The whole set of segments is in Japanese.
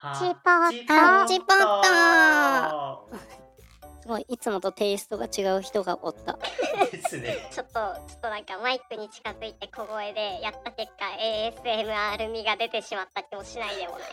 チポッチポットすごい、いつもとテイストが違う人がおったですね。 ちょっとなんかマイクに近づいて小声でやった結果 ASMR 味が出てしまった気もしないでもない。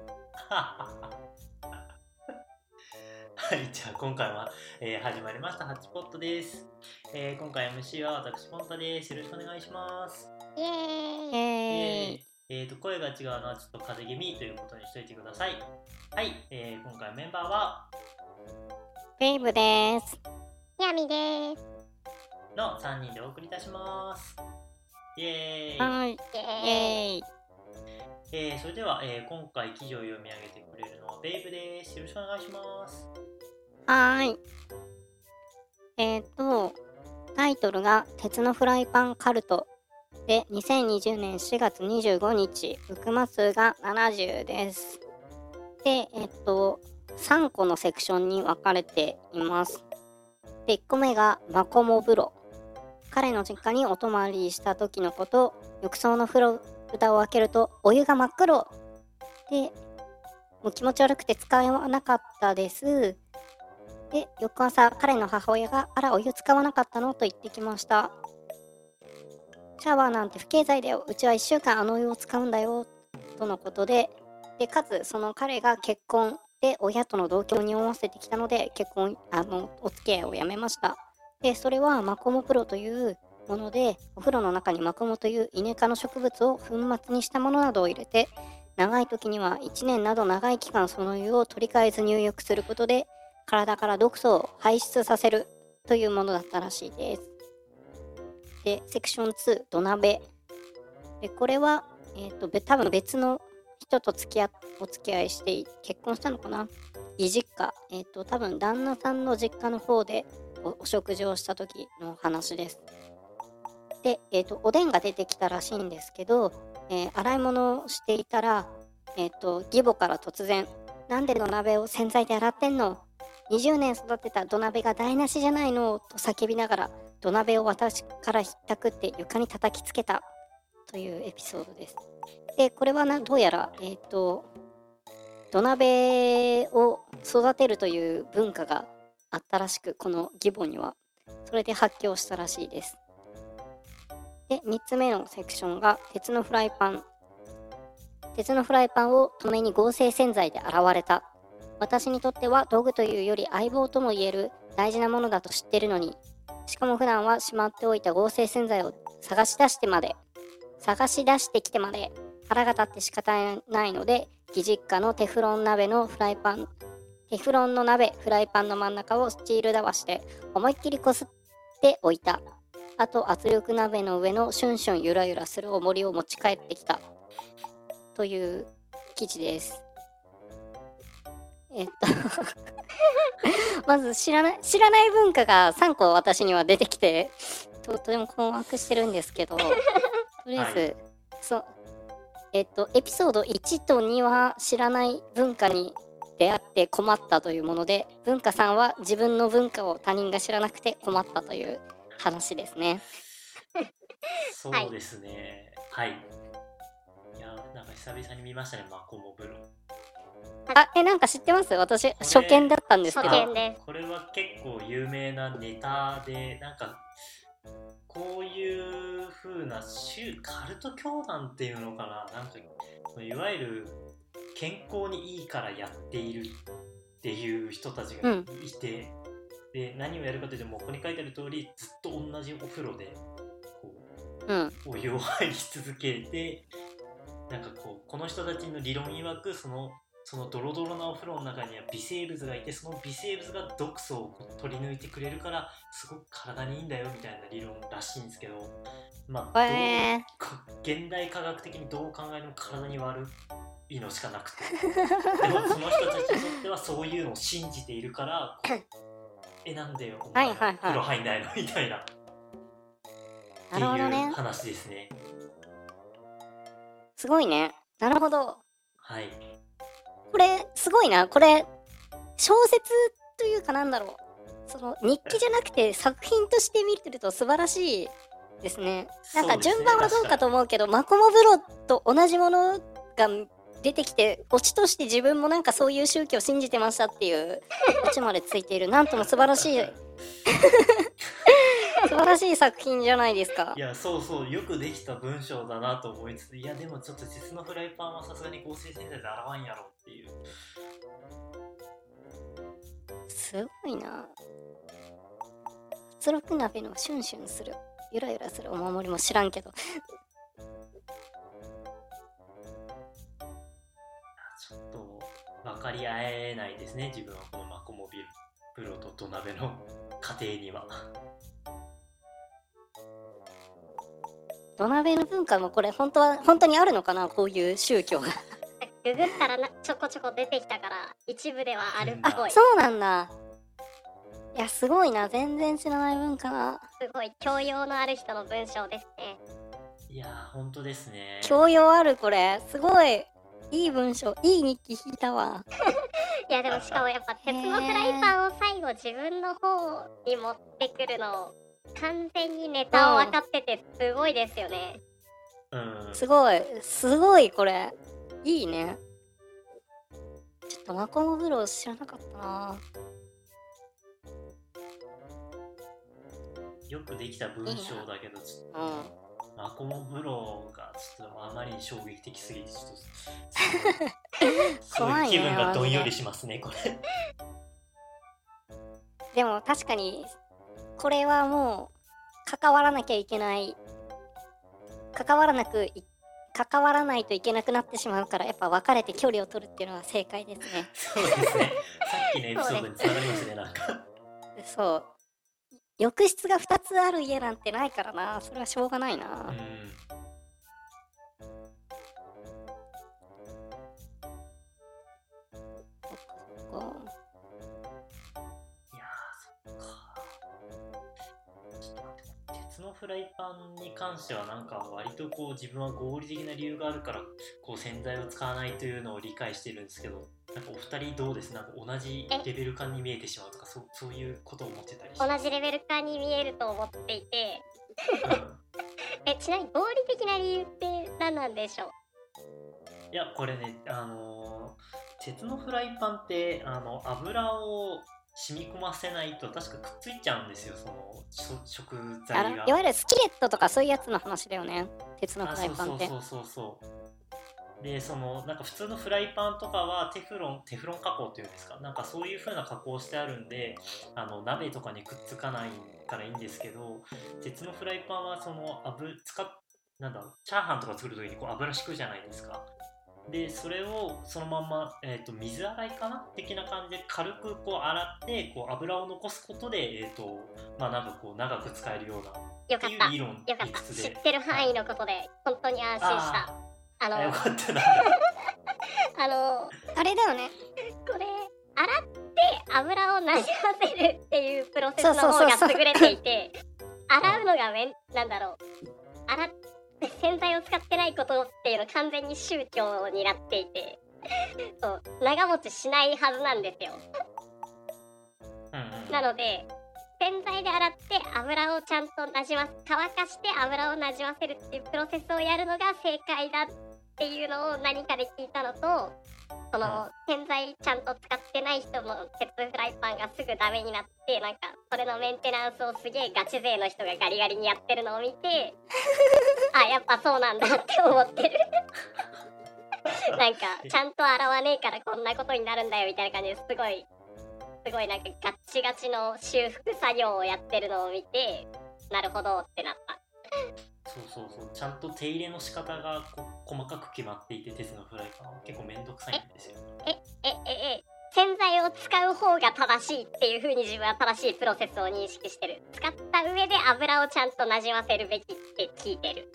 はい、じゃあ今回は、始まりましたハチポットです。今回 MC は私ポンタです。よろしくお願いします。 イエーイ。 声が違うのはちょっと風邪気味ということにしといてください。はい、今回メンバーはベイブです。 ヤミですの3人でお送りいたします。イエーイ。 はい、イエーイ。 それでは、今回記事を読み上げてくれるのはベイブです。よろしくお願いします。 はい。タイトルが鉄のフライパンカルトで、2020年4月25日、ブックマ数が70です。で、3個のセクションに分かれています。で、1個目がマコモ風呂。彼の実家にお泊まりした時のこと、浴槽の風呂蓋を開けるとお湯が真っ黒で、もう気持ち悪くて使わなかったです。で、翌朝彼の母親があらお湯使わなかったのと言ってきました。シャワーなんて不経済だよ、うちは1週間あのお湯を使うんだよとのことで、かつその彼が結婚で親との同居を匂わせてきたのでお付き合いをやめました。で、それはマコモプロというもので、お風呂の中にマコモというイネ科の植物を粉末にしたものなどを入れて、長い時には1年など長い期間そのお湯を取り替えず入浴することで体から毒素を排出させるというものだったらしいです。で、セクション2、土鍋。で、これは、多分別の人とお付き合いして結婚したのかな。義実家。多分旦那さんの実家の方でお食事をした時の話です。で、おでんが出てきたらしいんですけど、洗い物をしていたら、義母から突然、なんで土鍋を洗剤で洗ってんの？ 20 年育てた土鍋が台無しじゃないのと叫びながら土鍋を私からひったくって床に叩きつけたというエピソードです。で、これはどうやら、土鍋を育てるという文化があったらしく、この義母には。それで発狂したらしいです。で、3つ目のセクションが鉄のフライパン。鉄のフライパンを止めに合成洗剤で洗われた。私にとっては道具というより相棒とも言える大事なものだと知ってるのに、しかも普段はしまっておいた合成洗剤を探し出してきてまで腹が立って仕方ないので、義実家のテフロンのフライパンの真ん中をスチールだわして思いっきりこすっておいた。あと圧力鍋の上のシュンシュンゆらゆらする重りを持ち帰ってきたという記事です。まず知らない文化が3個私には出てきてとても困惑してるんですけど、とりあえず、はい、エピソード1と2は知らない文化に出会って困ったというもので、文化3は自分の文化を他人が知らなくて困ったという話ですね。 そうですね。はい。いや、なんか久々に見ましたね、マコモ風呂。 なんか知ってます？私初見だったんですけど。 これは結構有名なネタで、なんかこういう風なカルト教団っていうのかな、なんかいわゆる健康にいいからやっているっていう人たちがいて、で何をやるかというと、もうここに書いてある通りずっと同じお風呂でお湯を入り続けて、なんかこの人たちの理論曰くそのドロドロなお風呂の中には微生物がいて、その微生物が毒素を取り抜いてくれるからすごく体にいいんだよみたいな理論らしいんですけど、まあ、現代科学的にどう考えても体に悪いのしかなくて、でもその人たちにとってはそういうのを信じているからなんでお前風呂入んないのみたいなっていう話ですね。 すごいね。なるほど。 はい。 これすごいな。これ小説というかなんだろう。その日記じゃなくて作品として見てると素晴らしいですね。なんか順番はどうかと思うけど、マコモ風呂と同じものが出てきて、オチとして自分もなんかそういう宗教を信じてましたっていうオチまでついている、なんとも素晴らしい素晴らしい作品じゃないですか。 いや、そうそう、よくできた文章だなと思いつつ、いやでもちょっと鉄のフライパンはさすがに合成洗剤で洗わんやろっていう。 すごいな。圧力鍋のシュンシュンする、ゆらゆらするお守りも知らんけど。 ちょっと分かり合えないですね、自分はこのマコモビルプロと土鍋の家庭には。 土鍋の文化もこれ本当にあるのかな、こういう宗教が。 ググったらちょこちょこ出てきたから一部ではあるっぽい。 そうなんだ。いや、すごいな、全然知らない文化な。 すごい教養のある人の文章ですね。 いやー、本当ですね。 教養ある、これ。すごい。いい文章、いい日記引いたわ。 いやでもしかもやっぱ鉄のフライパンを最後自分の方に持ってくるの完全にネタを分かっててすごいですよね。 うん。 すごい、すごいこれ。いいね。ちょっとマコモブロー知らなかったな。 よくできた文章だけど、ちょっとうん。 マコモブローがちょっとあまりに衝撃的すぎて、ちょっとすご怖いねい気分がどんよりしますね、これ。 でも確かに、これはもう、関わらなきゃいけない。関わらないといけなくなってしまうから、やっぱ別れて距離を取るっていうのは正解ですね。 そうですね。さっきのエピソードにつながりますね、なんか。 そう。浴室が2つある家なんてないからな。それはしょうがないな。 うん。 こいやー、そっか。ちょっと待って、鉄のフライパンに関してはなんか割とこう自分は合理的な理由があるからこう洗剤を使わないというのを理解してるんですけど、なんかお二人どうです？なんか同じレベル感に見えてしまうとか、そういうことを思ってたりします？ 同じレベル感に見えると思っていてうん、 ちなみに合理的な理由って何なんでしょう？ いや、これね、鉄のフライパンって油を染み込ませないと確かくっついちゃうんですよ、その食材が。 いわゆるスキレットとかそういうやつの話だよね。鉄のフライパンって。 そうで、なんか普通のフライパンとかはテフロン加工っていうんですか、なんかそういう風な加工してあるんで、鍋とかにくっつかないからいいんですけど、鉄のフライパンはそのなんだろう、チャーハンとか作る時にこう油敷くじゃないですか。でそれをそのまんま、水洗いかな的な感じで軽くこう洗ってこう油を残すことで、まあなんかこう長く使えるようなよかった、 っていうよかった。 理屈で知ってる範囲のことで本当に安心した。 よかったな。 あれだよね。 これ洗って油をなじませるっていうプロセスの方が優れていて、洗うのがなんだろう、洗って洗剤を使ってないことっていうの完全に宗教になっていてそう長持ちしないはずなんですよ。なので洗剤で洗って油をちゃんとなじま乾かして油をなじませるっていうプロセスをやるのが正解だっていうのを何かで聞いたのと、その洗剤ちゃんと使ってない人の鉄フライパンがすぐダメになって、なんかそれのメンテナンスをすげえガチ勢の人がガリガリにやってるのを見てあ、やっぱそうなんだって思ってるなんかちゃんと洗わねえからこんなことになるんだよみたいな感じですごいなんかガッチガチの修復作業をやってるのを見て、なるほどってなった。 そうちゃんと手入れの仕方が細かく決まっていて、鉄のフライパンは結構めんどくさいんですよ。 洗剤を使う方が正しいっていう風に自分は正しいプロセスを認識してる。使った上で油をちゃんとなじませるべきって聞いてる。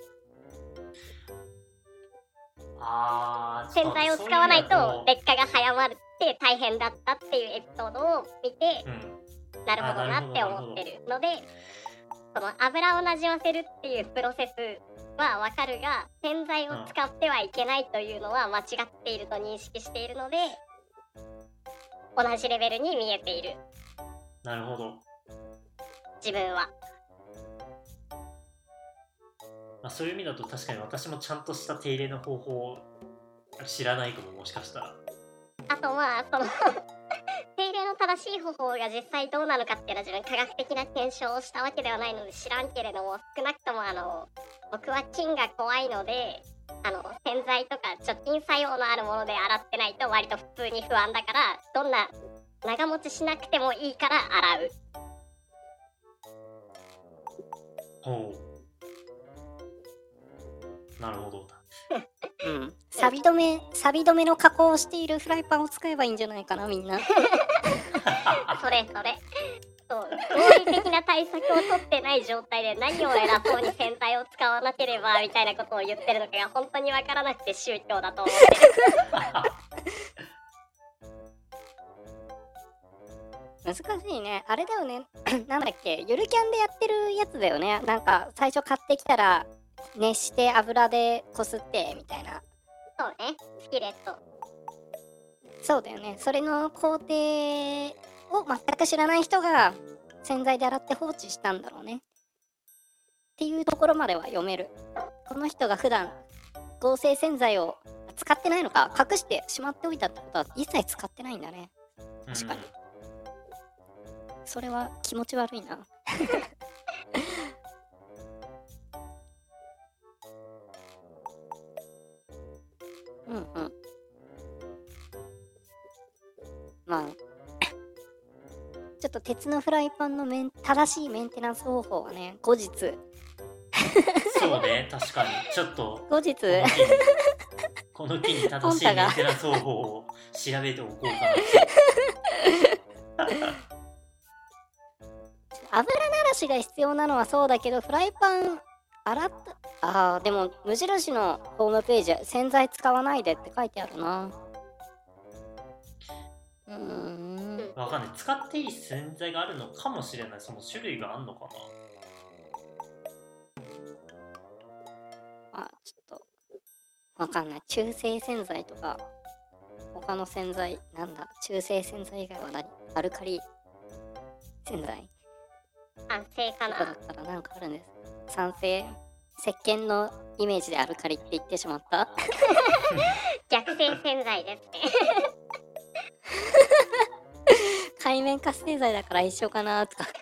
洗剤を使わないと劣化が早まって大変だったっていうエピソードを見て、なるほどなって思ってるので、その油をなじませるっていうプロセスはわかるが、洗剤を使ってはいけないというのは間違っていると認識しているので、同じレベルに見えている。 なるほど。 自分は。 そういう意味だと確かに私もちゃんとした手入れの方法を知らないかも、もしかしたら。 あとまあその手入れの正しい方法が実際どうなのかっていうのは自分科学的な検証をしたわけではないので知らんけれども、少なくとも僕は菌が怖いので洗剤とか除菌作用のあるもので洗ってないと割と普通に不安だから、どんな長持ちしなくてもいいから洗う。 ほう、なるほど。 うん、サビ止めの加工をしているフライパンを使えばいいんじゃないかな、みんな。 それそう合理的な対策を取ってない状態で何を偉そうに洗剤を使わなければみたいなことを言ってるのかが本当に分からなくて宗教だと思ってる。 難しいね。あれだよね。なんだっけ、ゆるキャンでやってるやつだよね。なんか最初買ってきたら熱して油でこすってみたいな。 そうね、スキレット。 そうだよね。それの工程を全く知らない人が洗剤で洗って放置したんだろうね。っていうところまでは読める。この人が普段合成洗剤を使ってないのか、隠してしまっておいたってことは一切使ってないんだね。確かに。それは気持ち悪いな。うんうん。まあちょっと鉄のフライパンの正しいメンテナンス方法はね、後日。 そうね、確かに。ちょっと後日この機に正しいメンテナンス方法を調べておこうかな。 油ならしが必要なのはそうだけど、フライパン洗ったでも無印のホームページ洗剤使わないでって書いてあるな。 わかんない。使っていい洗剤があるのかもしれない。その種類があるのかな。ちょっとわかんない。中性洗剤とか他の洗剤なんだ。中性洗剤以外は何？アルカリ洗剤？ 酸性かな。 とかだったらなんかあるんです。酸性？石鹸のイメージでアルカリって言ってしまった。 逆性洗剤ですね。 海面活性剤だから一緒かなとか。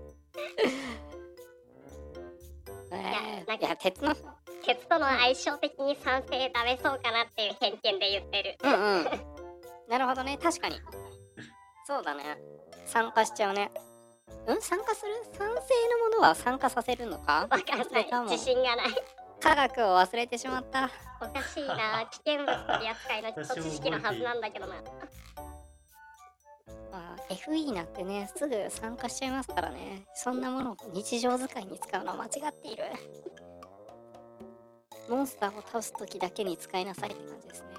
いや鉄との相性的に酸性ダメそうかなっていう偏見で言ってる。 なるほどね、確かに。そうだね。酸化しちゃうね。酸化する？酸性のものは酸化させるのか？ わかんない。自信がない。 科学を忘れてしまった。 おかしいな。危険物取扱いの基礎知識のはずなんだけどな。 FE なんてね、すぐ酸化しちゃいますからね。そんなものを日常使いに使うのは間違っている。モンスターを倒すときだけに使いなさいって感じですね。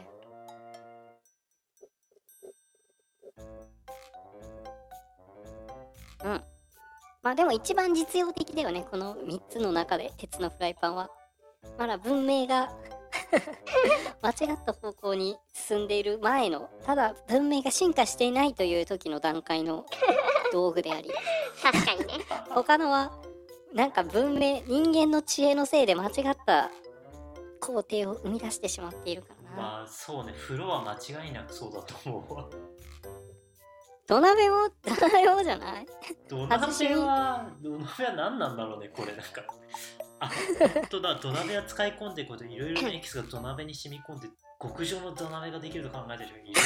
まあでも一番実用的だよね、この3つの中で。鉄のフライパンはまだ文明が間違った方向に進んでいる前の、ただ文明が進化していないという時の段階の道具であり確かにね。 他のはなんか文明、人間の知恵のせいで間違った工程を生み出してしまっているからな。 まあそうね、風呂は間違いなくそうだと思うわ。 土鍋もじゃない？ 土鍋は何なんだろうね、これ。なんか本当だ、土鍋は使い込んでいくこと、いろいろなエキスが土鍋に染み込んで極上の土鍋ができると考えてる人いる。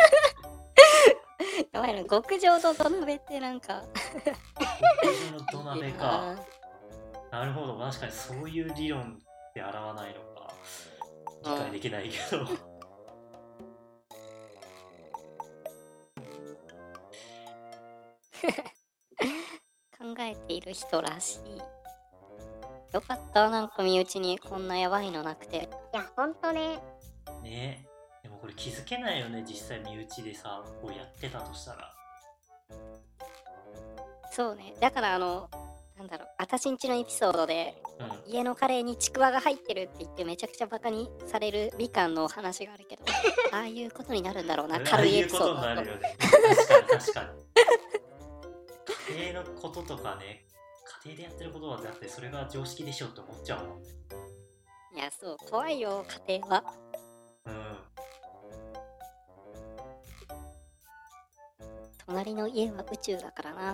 やばいな、極上の土鍋ってなんか極上の土鍋か。なるほど、確かにそういう理論で洗わないのか理解できないけど。 考えている人らしい。よかった、なんか身内にこんなやばいのなくて。 いや、ほんとね。 ね、でもこれ気づけないよね、実際身内でさ、こうやってたとしたら。 そうね、だからなんだろう、あたしんちのエピソードで、家のカレーにちくわが入ってるって言ってめちゃくちゃバカにされるみかんの話があるけど、ああいうことになるんだろうな、軽いエピソードだと。 ああいうことになるよね。確かに確かに。家庭のこととかね、家庭でやってることはだってそれが常識でしょって思っちゃうもんね。 いや、そう、怖いよ、家庭は。 隣の家は宇宙だからな。 い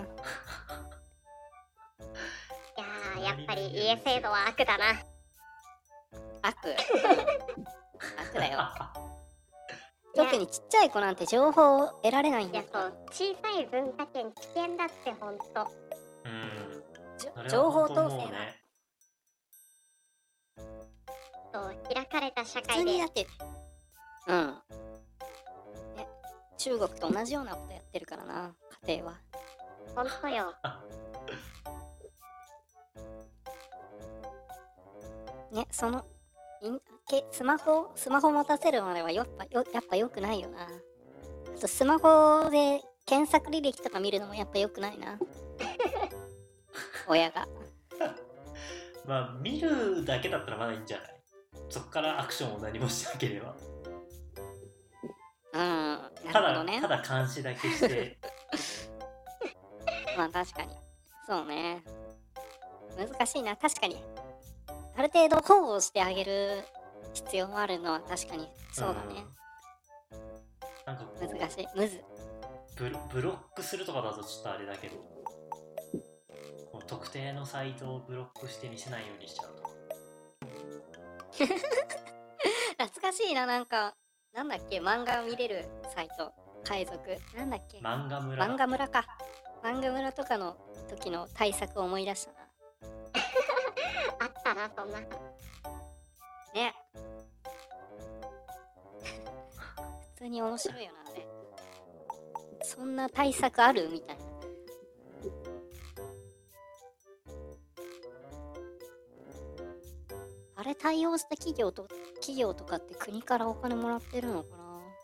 やー、やっぱり家制度は悪だな。 悪、悪だよ。特にちっちゃい子なんて情報を得られないんいや、 だから。 そう、小さい文化圏危険だってほんと。 情報統制だ。 そう開かれた社普会で通にだって中国と同じようなことやってるからな、家庭は。 ほんとよ。 ね、そのスマホ持たせるまではやっぱ良くないよな。あとスマホで検索履歴とか見るのもやっぱ良くないな。親が。 まあ見るだけだったらまだいいんじゃない？そこからアクションを何もしなければ。 なたるほどね。 だ監視だけして。 まあ確かに。そうね。難しいな。確かに。ある程度保護してあげる必要もあるのは確かにそうだね。 なんか難しい。むず。 ブロックするとかだとちょっとあれだけど、こう特定のサイトをブロックして見せないようにしちゃうとか。 懐かしいな。なんかなんだっけ、漫画見れるサイト、海賊なんだっけ、 漫画村か。漫画村とかの時の対策を思い出したな。 あったな、そんな。 ね。普通に面白いよな、あれ。そんな対策あるみたいな。あれ対応した企業とかって国からお金もらってるのかな。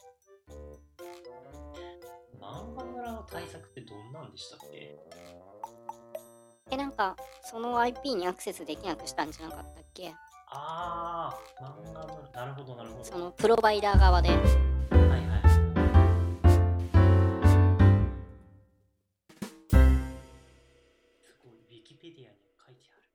漫画村の対策ってどんなんでしたっけ？ なんかその IP にアクセスできなくしたんじゃなかったっけ？ ああ、漫画村、なるほどなるほど。 そのプロバイダー側で。 はいはい。すごい、ウィキペディアに書いてある。